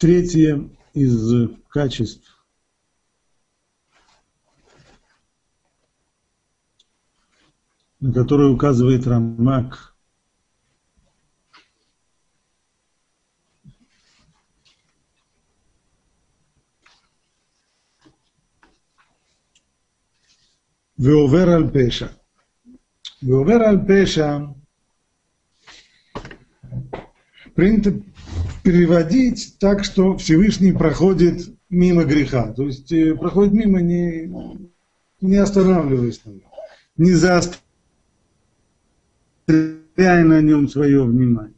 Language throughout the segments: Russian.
Третье из качеств, на которое указывает Рамак, Веовер аль-Пеша. Веовер аль-Пеша принято переводить так, что Всевышний проходит мимо греха. То есть проходит мимо, не останавливаясь на нем, не заостряя на нем свое внимание.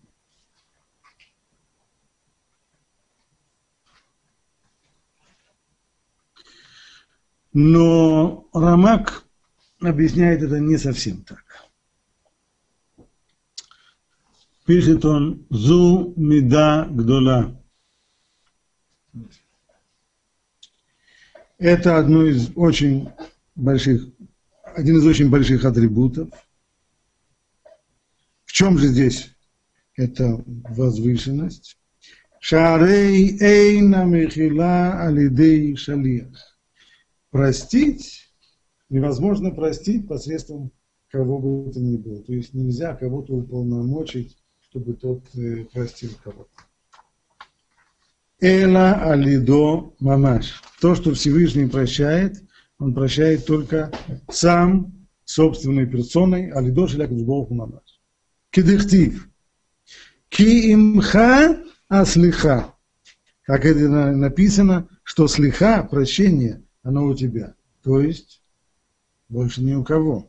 Но Рамак объясняет это не совсем так. Пишет он: «Зу мида гдола». Это один из очень больших атрибутов. В чем же здесь эта возвышенность? Шаарей эйна мехила алидей шалиах. Простить невозможно простить посредством кого бы это ни было. То есть нельзя кого-то уполномочить, чтобы тот простил кого-то. Эла алидо мамаш. То, что Всевышний прощает, он прощает только сам, собственной персоной, алидо шеляков богу мамаш. Кедихтив. Ки имха аслиха. Как это написано, что слиха, прощение, оно у тебя. То есть больше ни у кого.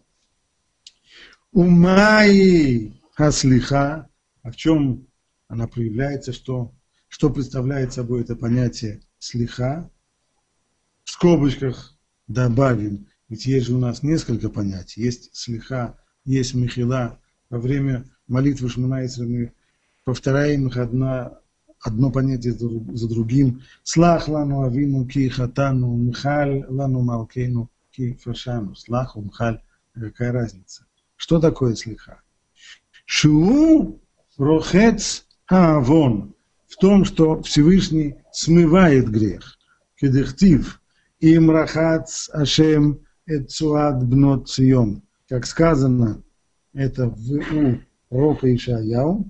Умай аслиха. А в чем она проявляется, что представляет собой это понятие слиха? В скобочках добавим, ведь есть же у нас несколько понятий. Есть слиха, есть михила. Во время молитвы Шмона Эсрей мы повторяем их одно понятие за другим. Слах лану авину ки хатану, михаль лану малкейну ки фашану. Слах, мхаль, какая разница? Что такое слиха? Шу рохец хаавон. В том, что Всевышний смывает грех. Кедехтив им рахац ашем эцуад бнот цион. Как сказано, это у пророка Ишаяу.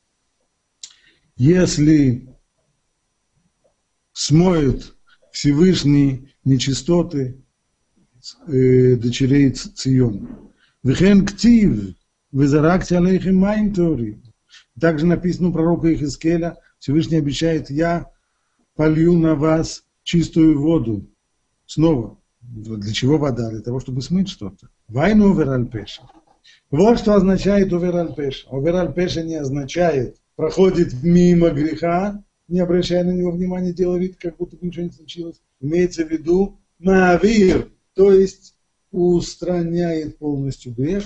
Если смоет Всевышний нечистоты дочерей Циона. Вехен ктив везаракти алейхим майм тори. Также написано у пророка Ихискеля, Всевышний обещает: я полью на вас чистую воду. Снова. Для чего вода? Для того, чтобы смыть что-то. Вайну овер аль-пеша. Вот что означает овер аль-пеша. Овер аль-пеша не означает проходит мимо греха, не обращая на него внимания, делая вид, как будто бы ничего не случилось. Имеется в виду маавир, то есть устраняет полностью грех.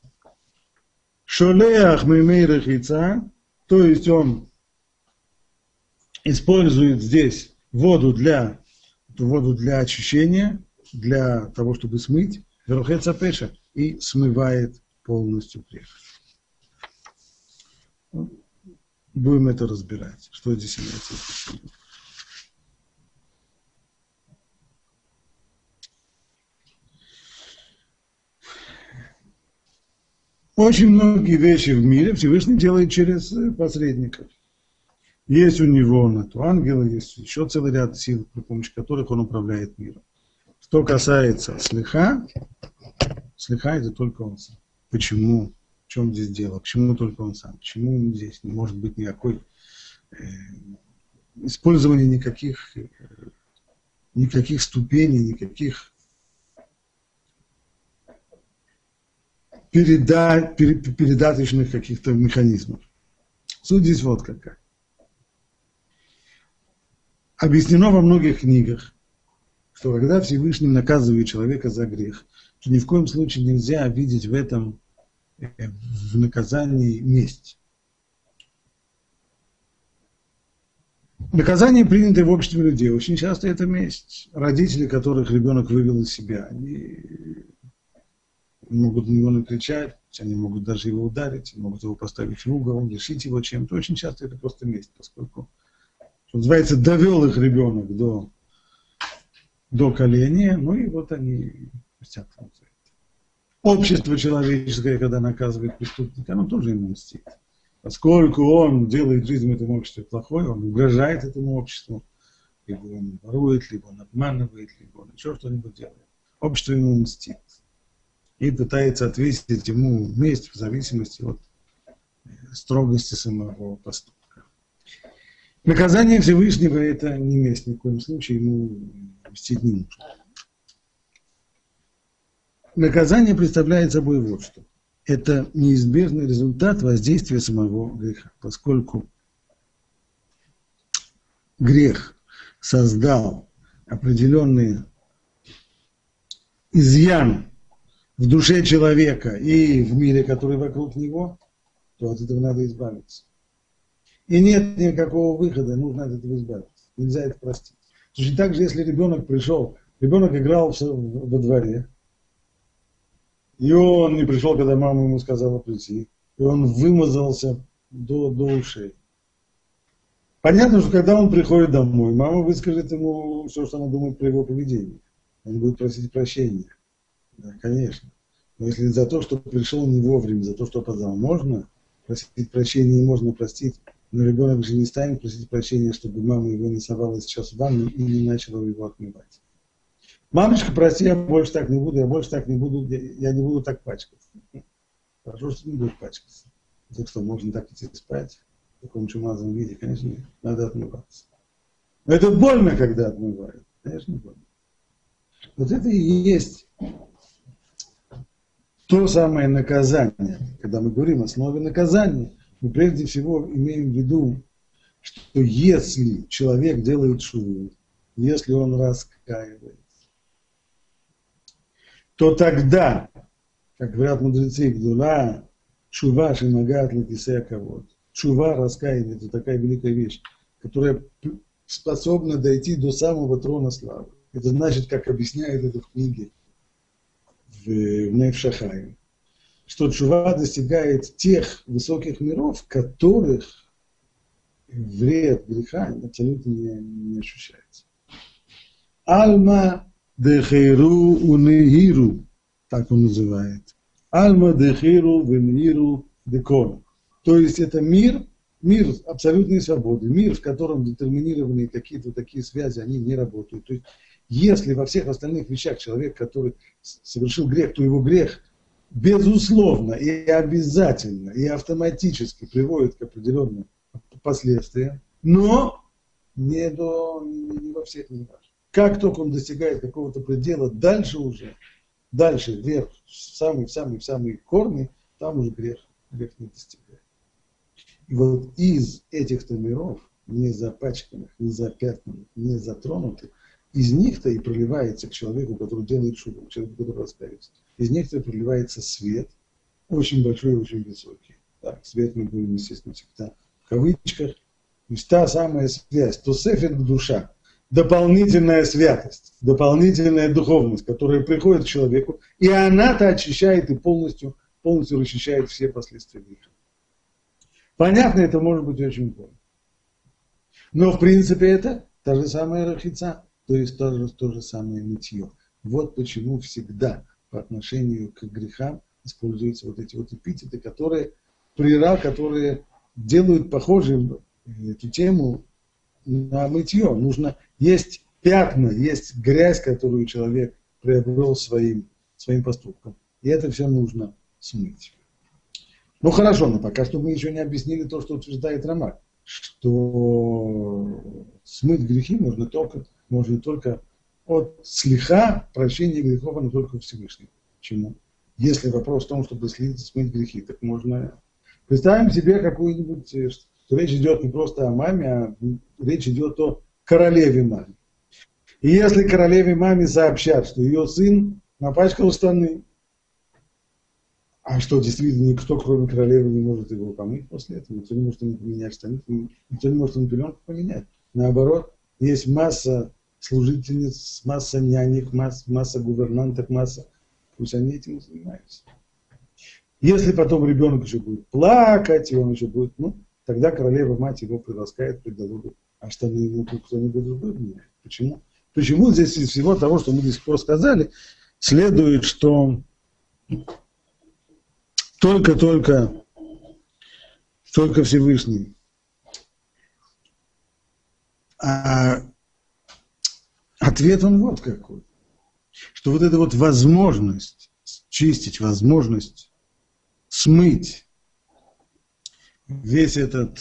Шолеах мимей рахица, то есть он использует здесь воду для очищения, для того, чтобы смыть, верхеца пеша, и смывает полностью грех. Будем это разбирать, что здесь имеется в виду. Очень многие вещи в мире Всевышний делает через посредников. Есть у него на то ангелы, есть еще целый ряд сил, при помощи которых он управляет миром. Что касается слиха это только он сам. Почему? В чем здесь дело? Почему только он сам? Почему здесь не может быть никакой использования никаких ступеней, никаких передаточных каких-то механизмов? Суть здесь вот какая. Объяснено во многих книгах, что когда Всевышний наказывает человека за грех, то ни в коем случае нельзя видеть в этом, в наказании, месть. Наказание, принятое в обществе людей, очень часто это месть. Родители, которых ребенок вывел из себя, они могут на него накричать, они могут даже его ударить, могут его поставить в угол, лишить его чем-то. Очень часто это просто месть, поскольку что называется, довел их ребенок до коления, ну и вот они мстят. Общество человеческое, когда наказывает преступника, оно тоже ему мстит. Поскольку он делает жизнь в этом обществе плохой, он угрожает этому обществу, либо он ворует, либо он обманывает, либо он еще что-нибудь делает. Общество ему мстит и пытается ответить ему месть в зависимости от строгости самого поступка. Наказание Всевышнего – это не месть ни в коем случае, ему мстить не нужно. Наказание представляет собой вот что. Это неизбежный результат воздействия самого греха, поскольку грех создал определенные изъяны в душе человека и в мире, который вокруг него, то от этого надо избавиться. И нет никакого выхода, нужно от этого избавиться. Нельзя это простить. Точно так же, если ребенок пришел, ребенок играл во дворе, и он не пришел, когда мама ему сказала прийти, и он вымазался до ушей. Понятно, что когда он приходит домой, мама выскажет ему все, что она думает про его поведение. Он будет просить прощения. Да, конечно. Но если за то, что пришел не вовремя, за то, что опоздал, можно просить прощения и можно простить, но ребенок же не станет просить прощения, чтобы мама его не совала сейчас в ванну и не начала его отмывать. Мамочка, прости, я больше так не буду, я не буду так пачкаться. Хорошо, что не будешь пачкаться. Так что, можно так идти спать в таком чумазом виде? Конечно, нет. Надо отмываться. Но это больно, когда отмывают. Конечно, больно. Вот это и есть то самое наказание. Когда мы говорим о основе наказания, мы прежде всего имеем в виду, что если человек делает шуву, если он раскаивается, то тогда, как говорят мудрецы, гдула, шува шимагат лакисея кавод. Шува, раскаяние, это такая великая вещь, которая способна дойти до самого трона славы. Это значит, как объясняет это в книге в Нефеш хаим, что шува достигает тех высоких миров, в которых вред греха абсолютно не ощущается. Альма дехейру унеиру, так он называет. Альма дехейру венеиру декон. То есть это мир абсолютной свободы, мир, в котором детерминированные какие-то такие связи, они не работают. То есть если во всех остальных вещах человек, который совершил грех, то его грех безусловно и обязательно и автоматически приводит к определенным последствиям, но не во всех мирах. Как только он достигает какого-то предела, дальше вверх, в самый корни, там уже грех не достигает. И вот из этих-то миров, не запачканных, не запятнанных, не затронутых, из них-то и проливается к человеку, который делает шубу, к человеку, который раскаивается. Из них-то проливается свет, очень большой и очень высокий. Так, свет мы будем, естественно, всегда в кавычках. То есть та самая связь, то сефет душа, дополнительная святость, дополнительная духовность, которая приходит к человеку, и она-то очищает и полностью расчищает все последствия греха. Понятно, это может быть очень больно. Но в принципе это та же самая рахица, то есть то же самое мытье. Вот почему всегда по отношению к грехам используются вот эти вот эпитеты, которые делают похожим эту тему на мытье. Есть пятна, есть грязь, которую человек приобрел своим поступком. И это все нужно смыть. Ну хорошо, но пока что мы еще не объяснили то, что утверждает Рамак, что смыть грехи можно только от слиха, прощения грехов, но только Всевышнего. Почему? Если вопрос в том, чтобы смыть грехи, так можно... Представим себе какую-нибудь, что речь идет не просто о маме, а речь идет о королеве маме. И если королеве маме сообщат, что ее сын напачкал штаны, а что, действительно, никто, кроме королевы, не может его помыть после этого? Никто не может ему поменять штаны, никто не может ему пеленку поменять. Наоборот, есть масса служительниц, масса нянек, масса гувернанток, пусть они этим занимаются. Если потом ребенок еще будет плакать, и он еще будет, тогда королева-мать его приласкает, придалу а штаны ему кто-нибудь другой меняет. Почему? Почему здесь из всего того, что мы до сих пор сказали, следует, что только Всевышний. А ответ он вот какой. Что вот эта вот возможность чистить, возможность смыть весь этот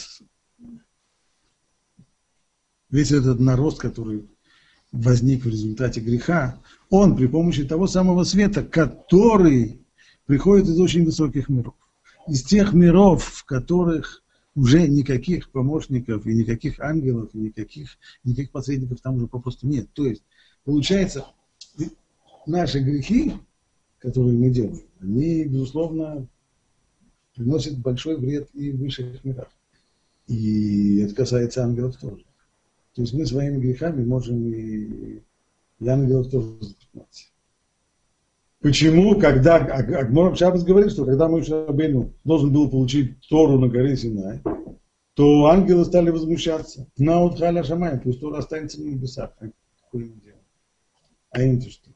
нарост, который возник в результате греха, он при помощи того самого света, который приходит из очень высоких миров. Из тех миров, в которых уже никаких помощников, и никаких ангелов, и никаких посредников там уже попросту нет. То есть, получается, наши грехи, которые мы делаем, они, безусловно, приносят большой вред и в высших мирах. И это касается ангелов тоже. То есть мы своими грехами можем и ангелов тоже запятнать. Почему? Когда Агмор Шаббас говорит, что когда Моше Рабейну должен был получить Тору на горе Синай, то ангелы стали возмущаться. Наут халя шамай, пусть Тора останется на небесах. Какое им дело? А им-то что?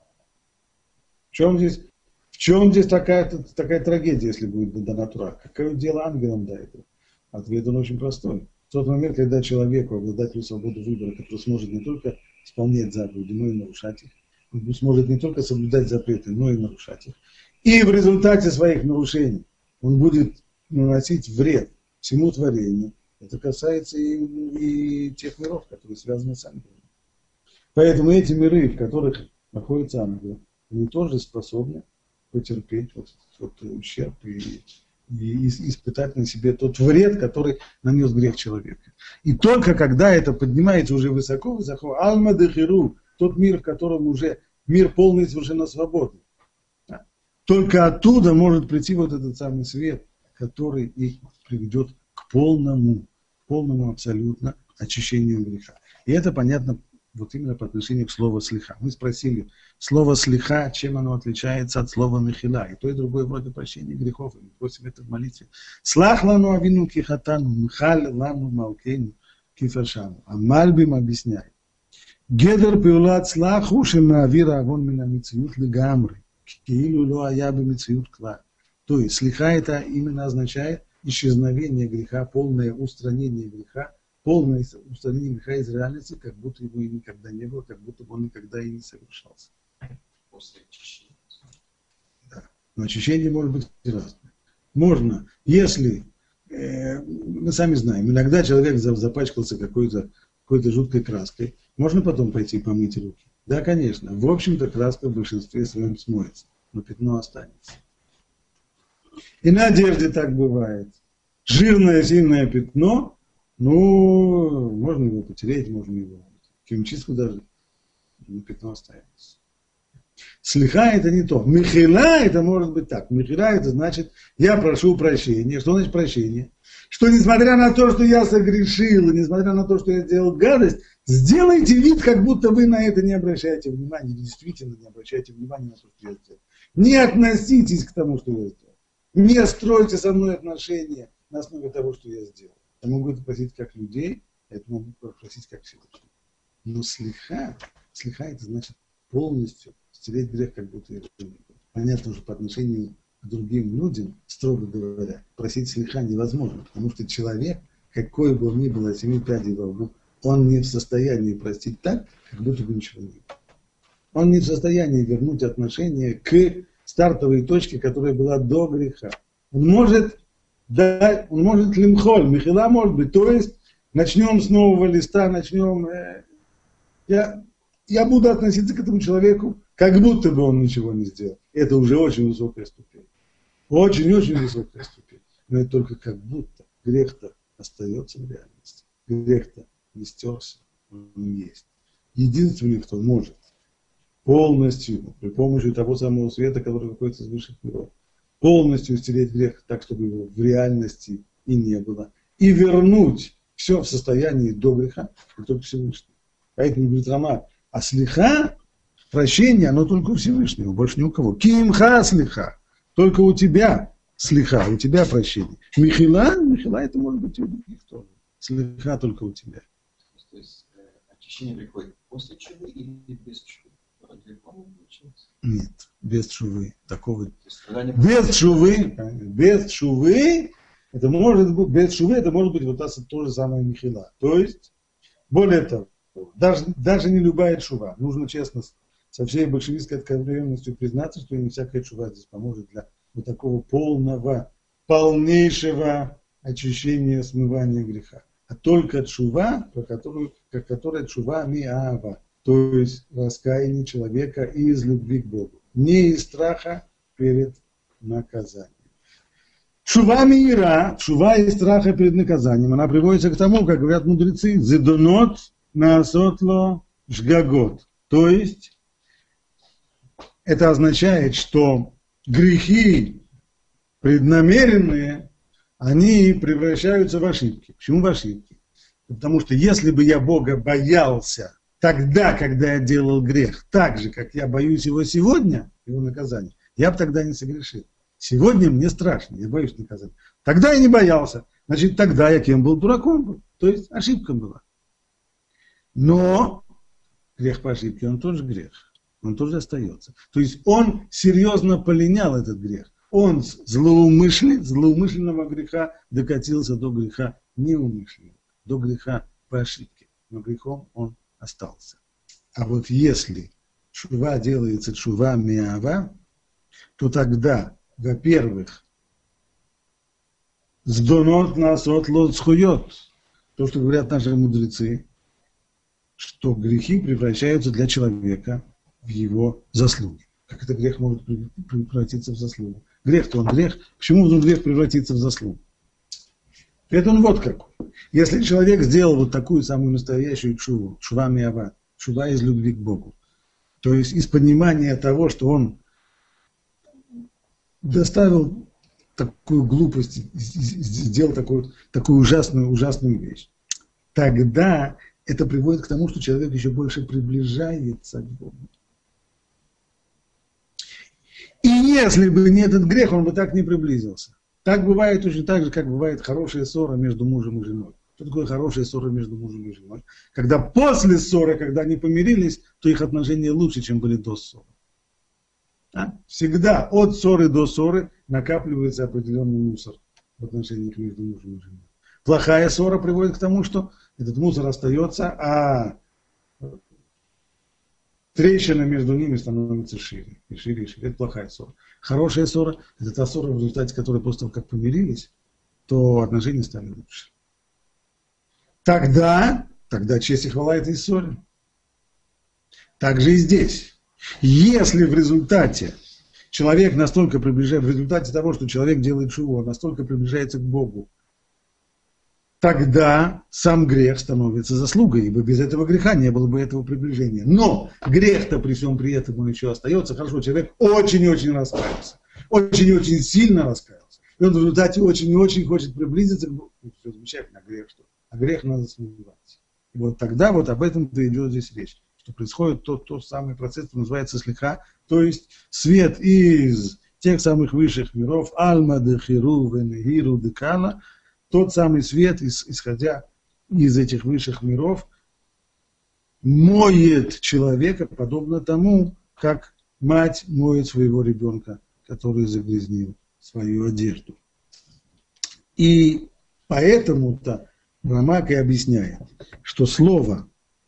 В чем здесь такая трагедия, если будет дана Тора? Какое дело ангелам до этого? Ответ он очень простой. В тот момент, когда человеку, обладателю свободы выбора, который сможет не только исполнять заповеди, но и нарушать их, он сможет не только соблюдать запреты, но и нарушать их. И в результате своих нарушений он будет наносить вред всему творению. Это касается и тех миров, которые связаны с ангелами. Поэтому эти миры, в которых находятся ангелы, они тоже способны потерпеть вот ущерб и испытать на себе тот вред, который нанес грех человека. И только когда это поднимается уже высоко-высоко, аль-мадахиру, тот мир, в котором уже мир полный совершенно свободный, только оттуда может прийти вот этот самый свет, который их приведет к полному абсолютно очищению греха. И это понятно вот именно по отношению к слову слиха. Мы спросили, слово слиха, чем оно отличается от слова мехила. И то, и другое вроде прощения грехов. И мы просим это в молитве. Слах лану авину кихатану, михаль лану малкену кифашану. А Мальбим объясняет. Гедер пиулат слаху шемаавира авон мина мициют легамры. Киилу ло ая бы мициют кла. То есть слиха это именно означает исчезновение греха, полное устранение греха, полное устранение греха из реальности, как будто его и никогда не было, как будто бы он никогда и не совершался. После очищения. Да. Но очищение может быть разное. Можно, если, мы сами знаем, иногда человек запачкался какой-то жуткой краской, можно потом пойти помыть руки. Да, конечно. В общем-то, краска в большинстве своем смоется, но пятно останется. И на одежде так бывает. Жирное, сильное пятно, можно его потереть, можно его химчистку даже, но пятно останется. Слиха это не то. Мехила это может быть так. Мехила это значит, я прошу прощения. Что значит прощение? Что несмотря на то, что я согрешил, и несмотря на то, что я сделал гадость, сделайте вид, как будто вы на это не обращаете внимания, действительно не обращаете внимания на то, что я сделал. Не относитесь к тому, что я сделал. Не стройте со мной отношения на основе того, что я сделал. Я могу это просить как людей, я это могу просить как Всевышний. Но слиха это значит полностью стереть грех, как будто его не было. Понятно, что по отношению к другим людям, строго говоря, просить слиха невозможно, потому что человек, какой бы он ни был, от 7 пядей во лбу, он не в состоянии простить так, как будто бы ничего не было. Он не в состоянии вернуть отношение к стартовой точке, которая была до греха. Он может лимхоль, мехила может быть, то есть начнем с нового листа, я буду относиться к этому человеку, как будто бы он ничего не сделал. Это уже очень высокая ступень. Очень-очень высокая ступень. Но это только как будто. Грех-то остается в реальности. Грех-то не стерся, он есть. Единственный, кто может полностью, при помощи того самого света, который выходит из высших миров, полностью стереть грех так, чтобы его в реальности и не было, и вернуть все в состоянии до греха, это только Всевышний. Поэтому говорит Рама, а слиха, прощение, оно только у Всевышнего, больше ни у кого. Кимха слиха, только у тебя слиха, у тебя прощение. Михила это может быть и у других тоже. Слиха только у тебя. То есть очищение приходит после чувы или без чувы? Нет, без чувы. Такого. Без чувы это может быть вот то же самое михила. То есть, более того, даже не любая чува. Нужно честно со всей большевистской откровенностью признаться, что не всякая чува здесь поможет для вот такого полнейшего очищения, смывания греха. А только чува, которая чува миава. То есть раскаяние человека из любви к Богу. Не из страха перед наказанием. Чува мира, чува из страха перед наказанием, она приводится к тому, как говорят мудрецы, зедонот наасотло жгагот. То есть это означает, что грехи преднамеренные, они превращаются в ошибки. Почему в ошибки? Потому что если бы я Бога боялся тогда, когда я делал грех, так же, как я боюсь его сегодня, его наказания, я бы тогда не согрешил. Сегодня мне страшно, я боюсь наказания. Тогда я не боялся, значит, тогда я кем был? Дураком был. То есть ошибка была. Но грех по ошибке, он тоже грех. Он тоже остается. То есть он серьезно полинял этот грех. Он с злоумышленного греха докатился до греха неумышленного, до греха по ошибке. Но грехом он остался. А вот если чува делается чува миава, то тогда, во-первых, сдонот насот лот схует. То, что говорят наши мудрецы, что грехи превращаются для человека в его заслуги. Как это грех может превратиться в заслугу? Грех-то он грех. Почему вдруг грех превратится в заслугу? Это он вот какой. Если человек сделал вот такую самую настоящую чуву, чува миава, чува из любви к Богу, то есть из понимания того, что он доставил такую глупость, сделал такую ужасную вещь, тогда это приводит к тому, что человек еще больше приближается к Богу. И если бы не этот грех, он бы так не приблизился. Так бывает точно так же, как бывает хорошая ссора между мужем и женой. Что такое хорошая ссора между мужем и женой? Когда после ссоры, когда они помирились, то их отношения лучше, чем были до ссоры. Всегда от ссоры до ссоры накапливается определенный мусор в отношениях между мужем и женой. Плохая ссора приводит к тому, что этот мусор остается, а трещина между ними становится шире, и шире, и шире. Это плохая ссора. Хорошая ссора – это та ссора, в результате которой после того, как помирились, то отношения стали лучше. Тогда честь и хвала этой ссоре. Так же и здесь. Если в результате человек настолько приближается, в результате того, что человек делает шуву, он настолько приближается к Богу, тогда сам грех становится заслугой, ибо без этого греха не было бы этого приближения. Но грех-то при всем при этом он еще остается. Хорошо, человек очень-очень раскаялся, очень-очень сильно раскаялся. И он в результате очень-очень хочет приблизиться к Богу. Все замечательно, а грех что? А грех надо смывать. И вот тогда вот об этом-то идет здесь речь. Что происходит тот самый процесс, который называется слиха, то есть свет из тех самых высших миров, альма де хиру венегиру де кала, тот самый свет, исходя из этих высших миров, моет человека, подобно тому, как мать моет своего ребенка, который загрязнил свою одежду. И поэтому-то Рамак и объясняет, что слово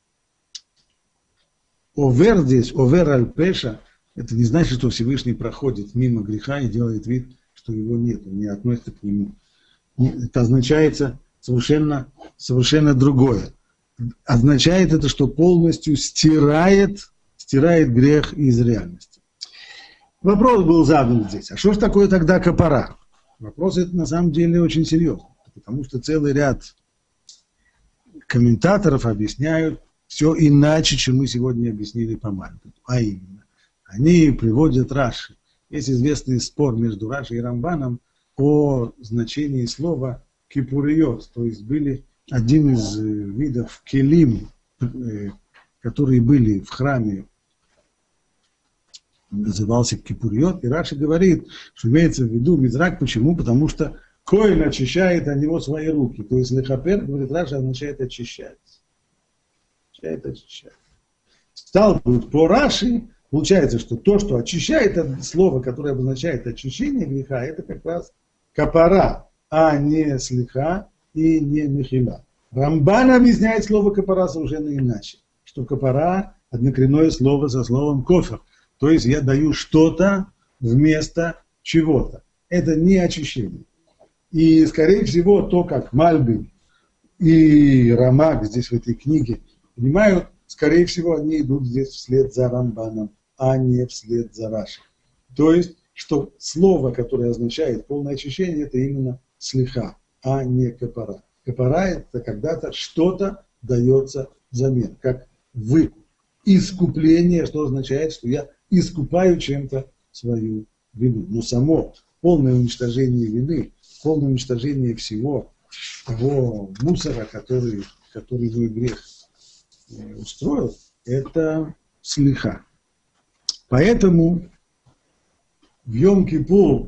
овер здесь, овер аль-пеша, это не значит, что Всевышний проходит мимо греха и делает вид, что его нет, не относится к нему. Это означает совершенно другое. Означает это, что полностью стирает грех из реальности. Вопрос был задан здесь. А что же такое тогда капара? Вопрос это на самом деле очень серьезный. Потому что целый ряд комментаторов объясняют все иначе, чем мы сегодня объяснили по Мальбиму. А именно, они приводят Раши. Есть известный спор между Раши и Рамбаном о значении слова кипуриот, то есть были один из видов келим, которые были в храме, назывался кипуриот, и Раши говорит, что имеется в виду мизрак. Почему? Потому что коэн очищает от него свои руки, то есть лехапер, говорит Раши, означает очищать. очищает. Стало быть, по Раши получается, что то, что очищает, это слово, которое обозначает очищение греха, это как раз капара, а не слиха и не мехила. Рамбан объясняет слово капара совершенно иначе, что капара – однокоренное слово со словом кофер, то есть я даю что-то вместо чего-то. Это не очищение. И, скорее всего, то, как Мальбим и Рамак здесь в этой книге понимают, скорее всего, они идут здесь вслед за Рамбаном, а не вслед за Раши. То есть, что слово, которое означает полное очищение, это именно слиха, а не капара. Капара – это когда-то что-то дается взамен, как выкуп. Искупление, что означает, что я искупаю чем-то свою вину. Но само полное уничтожение вины, полное уничтожение всего того мусора, который твой грех устроил, это слиха. Поэтому в Йом-Кипур,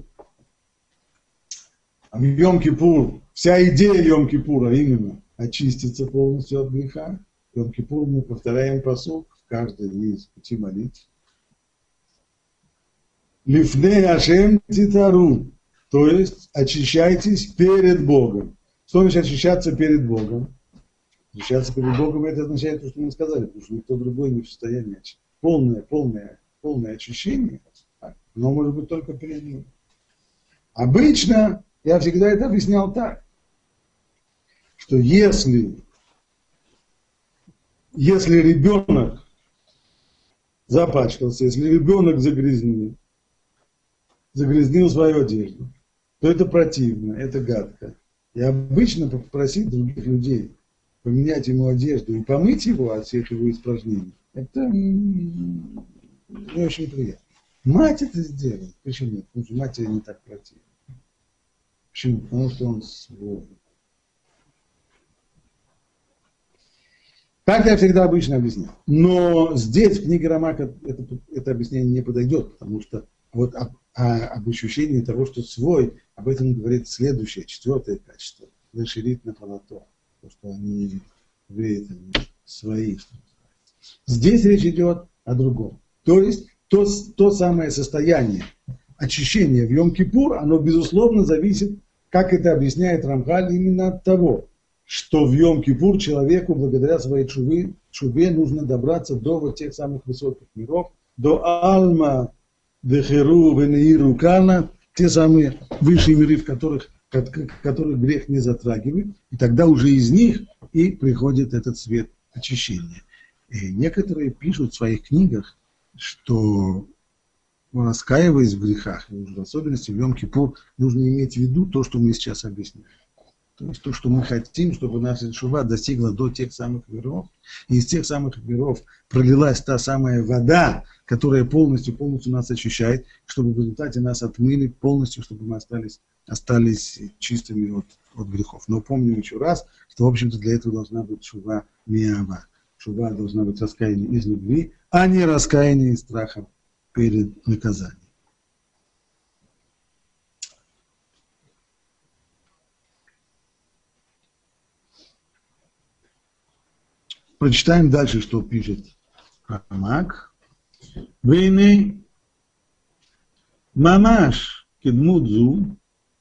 вся идея Йом-Кипура именно очиститься полностью от греха. В Йом-Кипур мы повторяем пасук в каждой из 5 молитв. Лифней Ашем титару, то есть очищайтесь перед Богом. Что значит очищаться перед Богом? Очищаться перед Богом, это означает то, что мы сказали, потому что никто другой не в состоянии очистить. Полное очищение, но может быть только перед Ним. Обычно я всегда это объяснял так, что если ребенок запачкался, если ребенок загрязнил свою одежду, то это противно, это гадко. И обычно попросить других людей поменять ему одежду и помыть его от всех его испражнений, это не очень приятно. Мать это сделает. Почему нет? Потому что матери не так противно. Почему? Потому что он свой. Так я всегда обычно объяснял. Но здесь, в книге Рамака, это объяснение не подойдет, потому что вот об ощущении того, что свой, об этом говорит следующее, 4 качество. Лешерит на палато. То, что они свои. Здесь речь идет о другом. То есть, то самое состояние очищения в Йом-Кипур, оно, безусловно, зависит, как это объясняет Рамхаль, именно от того, что в Йом-Кипур человеку, благодаря своей чуве, нужно добраться до вот тех самых высоких миров, до Алма, Дехеру, Венеиру, Кана, те самые высшие миры, в которых грех не затрагивает, и тогда уже из них и приходит этот свет очищения. И некоторые пишут в своих книгах, что, раскаиваясь в грехах, в особенности в Йом-Кипур, нужно иметь в виду то, что мы сейчас объяснили. То есть то, что мы хотим, чтобы наша тшува достигла до тех самых миров, и из тех самых миров пролилась та самая вода, которая полностью нас очищает, чтобы в результате нас отмыли полностью, чтобы мы остались чистыми от грехов. Но помню еще раз, что, в общем-то, для этого должна быть тшува миава. Тшува должна быть раскаяние из любви, а не раскаяние из страха перед наказанием. Прочитаем дальше, что пишет Рамак. Вейны мамаш кедмудзу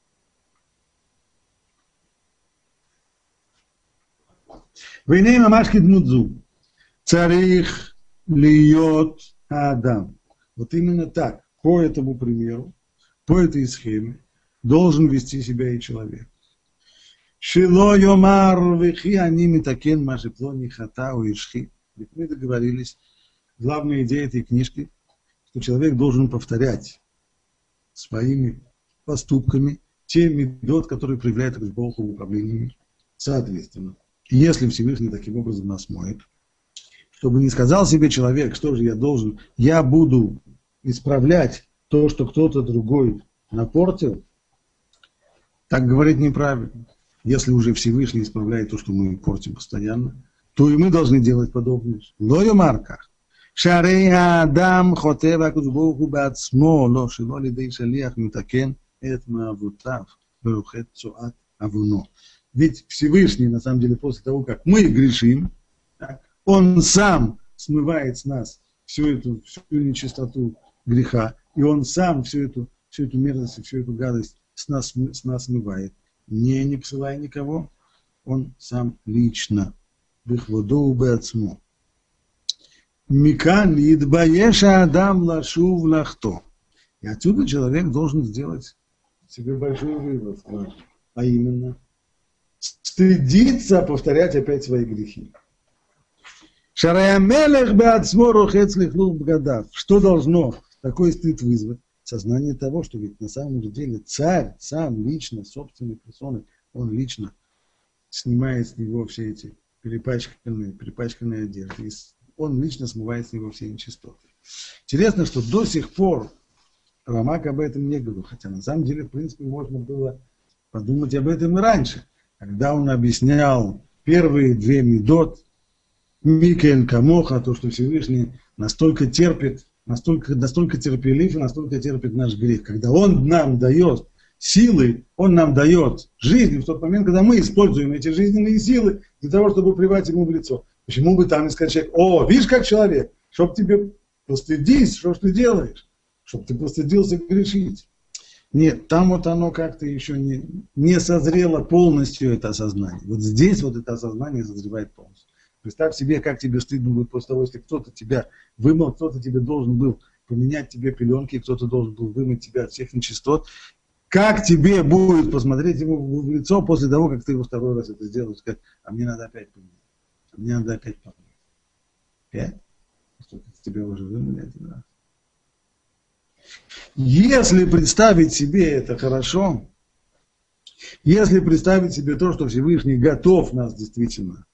Вейны мамаш кедмудзу царих льет Адам. Вот именно так, по этому примеру, по этой схеме, должен вести себя и человек. Шило йомар вехи они митакен машепло нихата уишхи. Ведь мы договорились, главная идея этой книжки, что человек должен повторять своими поступками те мидот, которые проявляет Бог в управлении. Соответственно, если Всевышний таким образом нас моет, чтобы не сказал себе человек, что же я буду исправлять то, что кто-то другой напортил, так говорить неправильно. Если уже Всевышний исправляет то, что мы портим постоянно, то и мы должны делать подобное. Ло йомар-ках. Шарей адам хотев акодош барух hu беацмо, ло шело лидей шалиах митакен эт маавотав верухет цоат авуно. Ведь Всевышний, на самом деле, после того, как мы грешим, так, Он сам смывает с нас всю нечистоту греха, и он сам всю эту мерзость и всю эту гадость с нас смывает, не посылая никого, он сам лично. Бихводоу беацмо. Микан идбаеша адам лашув лахто. И отсюда человек должен сделать себе большой вывод, а именно стыдиться повторять опять свои грехи. Шарая мелех беацмо рухец лихнул бгадав. Что должно такой стыд вызвать? Сознание того, что ведь на самом деле царь сам лично, собственной персоной, он лично снимает с него все эти перепачканные одежды. И он лично смывает с него все нечистоты. Интересно, что до сих пор Рамак об этом не говорил, хотя на самом деле, в принципе, можно было подумать об этом и раньше, когда он объяснял первые две медот, Микель Камоха, то, что Всевышний настолько терпит, настолько терпелив и настолько терпит наш грех. Когда он нам дает силы, он нам дает жизнь в тот момент, когда мы используем эти жизненные силы для того, чтобы плевать ему в лицо. Почему бы там не сказать человек: о, видишь, как человек, чтоб тебе постыдись, что ж ты делаешь, чтоб ты постыдился грешить. Нет, там вот оно как-то еще не созрело полностью, это осознание. Вот здесь вот это осознание созревает полностью. Представь себе, как тебе стыдно будет после того, если кто-то тебя вымыл, кто-то тебе должен был поменять тебе пеленки, кто-то должен был вымыть тебя от всех нечистот. Как тебе будет посмотреть ему в лицо после того, как ты его второй раз это сделаешь, сказать: а мне надо опять поменять, а мне надо опять помыть. Опять? Что тебя уже вымыли один раз. Если представить себе это хорошо, если представить себе то, что Всевышний готов нас действительно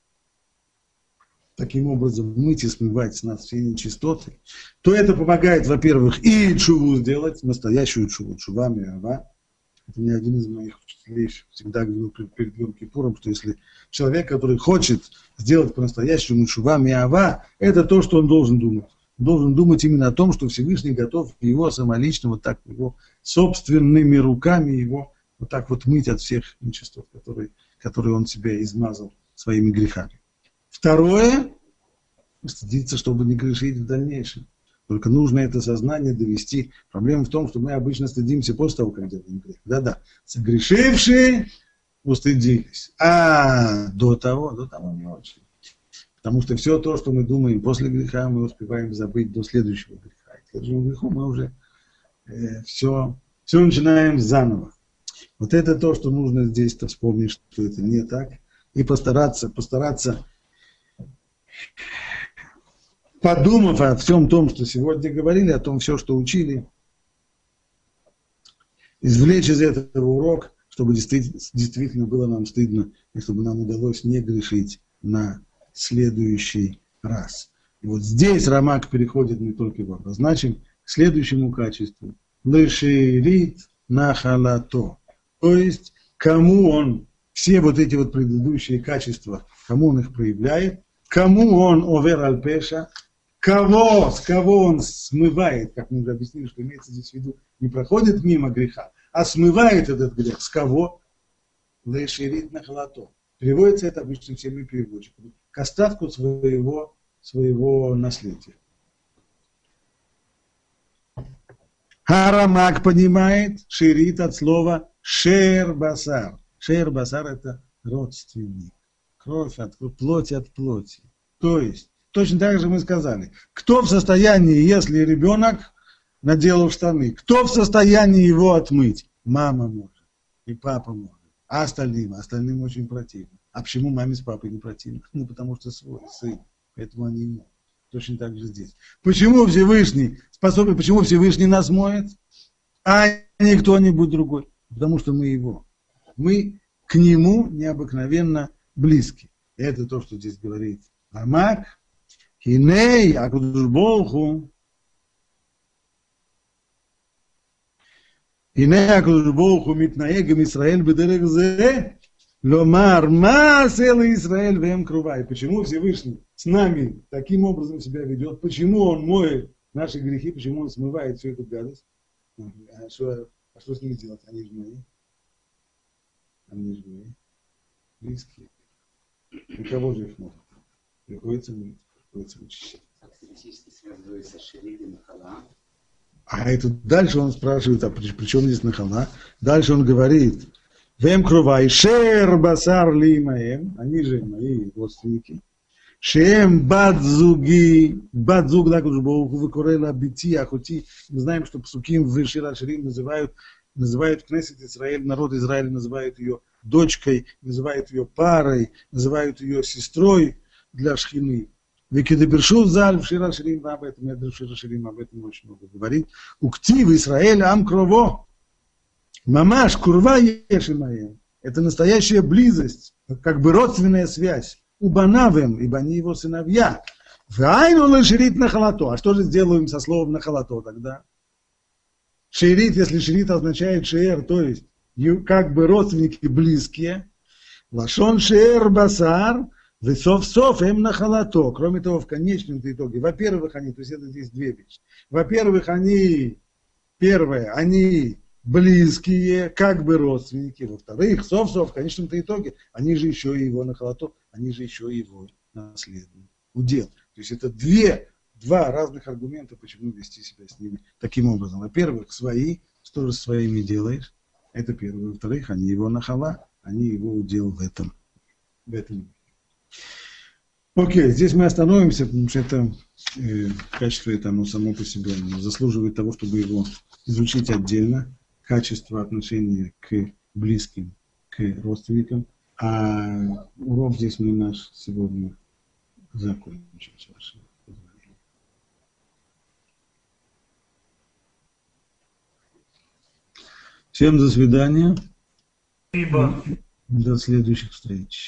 таким образом мыть и смывать с нас все нечистоты, то это помогает, во-первых, и чуву сделать, настоящую чуву, чува миава. Это мне один из моих учителей всегда говорил перед Йом-Кипуром, что если человек, который хочет сделать по-настоящему чува миава, это то, что он должен думать. Он должен думать именно о том, что Всевышний готов его самолично, вот так его собственными руками его вот так вот мыть от всех нечистот, которые он себя измазал своими грехами. Второе, стыдиться, чтобы не грешить в дальнейшем. Только нужно это сознание довести. Проблема в том, что мы обычно стыдимся после того, как делаем грех. Да-да, согрешившие устыдились. А до того не очень. Потому что все то, что мы думаем после греха, мы успеваем забыть до следующего греха. И к следующему греху мы уже все начинаем заново. Вот это то, что нужно здесь-то вспомнить, что это не так. И постараться подумав о всем том, что сегодня говорили, о том все, что учили, извлечь из этого урок, чтобы действительно было нам стыдно, и чтобы нам удалось не грешить на следующий раз. И вот здесь Рамак переходит не только его, обозначим к следующему качеству. Лешерит нахалато. То есть, кому он, все вот эти вот предыдущие качества, кому он их проявляет, кому он овер аль-пеша, с кого он смывает, как мы уже объяснили, что имеется здесь в виду, не проходит мимо греха, а смывает этот грех. С кого? Лешерит нахалато. Переводится это обычно всеми переводчиками. К остатку своего наследия. Харамак понимает шерит от слова шер-басар. Шер-басар — это родственник. Кровь от плоти от плоти. То есть, точно так же мы сказали, кто в состоянии, если ребенок наделал штаны, кто в состоянии его отмыть? Мама может, и папа может, а остальным очень противно. А почему маме с папой не противно? Ну, потому что свой сын, поэтому они ему. Точно так же здесь. Почему Всевышний нас моет, а не кто-нибудь другой? Потому что мы его. Мы к нему необыкновенно близки. Это то, что здесь говорит Рамак. Хиней акудуш боруху. Хиней акудуш боруху митнаегем Исраэль бедерех зе. Ломар масел Израиль вем крувай. Почему Всевышний с нами таким образом себя ведет? Почему он моет наши грехи? Почему он смывает всю эту гадость? А что с ними делать? Они же мои. Близкие. У кого же их много? приходится молиться, приходится вычищать. Как физически связывается шерит и нахала? А это дальше он спрашивает, а при чем здесь нахала? Дальше он говорит, вем крувай, шер басар ли маем, они же мои родственники, шем бадзуги, бадзуг лакуш боуху выкурела бити ахути. Мы знаем, что псуким в Шира Ширим называют Кнессет Израиль, народ Израиля называют ее дочкой, называют ее парой, называют ее сестрой для шхины. Викидебершу заль в Шира Ширим, об этом, я в Шира Ширим об этом очень много говорит. Укти в Израиле ам крово. Мамаш курва ешимаем. Это настоящая близость, как бы родственная связь. Убанавем, ибо они его сыновья. Вайну ширит нахалато. А что же сделаем со словом нахалато тогда? Ширит, если ширит означает шер, то есть как бы родственники близкие. Лашон шер басар. Весов-сов им нахалато. Кроме того, в конечном итоге, во-первых, они, то есть это здесь две вещи. Во-первых, первое, они близкие, как бы родственники. Во-вторых, сов-сов, в конечном итоге, они же еще и его нахалато, они же еще и его наследный удел. То есть это два разных аргумента, почему вести себя с ними таким образом. Во-первых, что же с своими делаешь? Это первое. Во-вторых, они его нахала, они его удел в этом. Окей, здесь мы остановимся, потому что это качество, это оно само по себе заслуживает того, чтобы его изучить отдельно. Качество отношения к близким, к родственникам. А урок здесь мы наш сегодня закончим. С вашим позволением. Всем до свидания. Спасибо. До следующих встреч.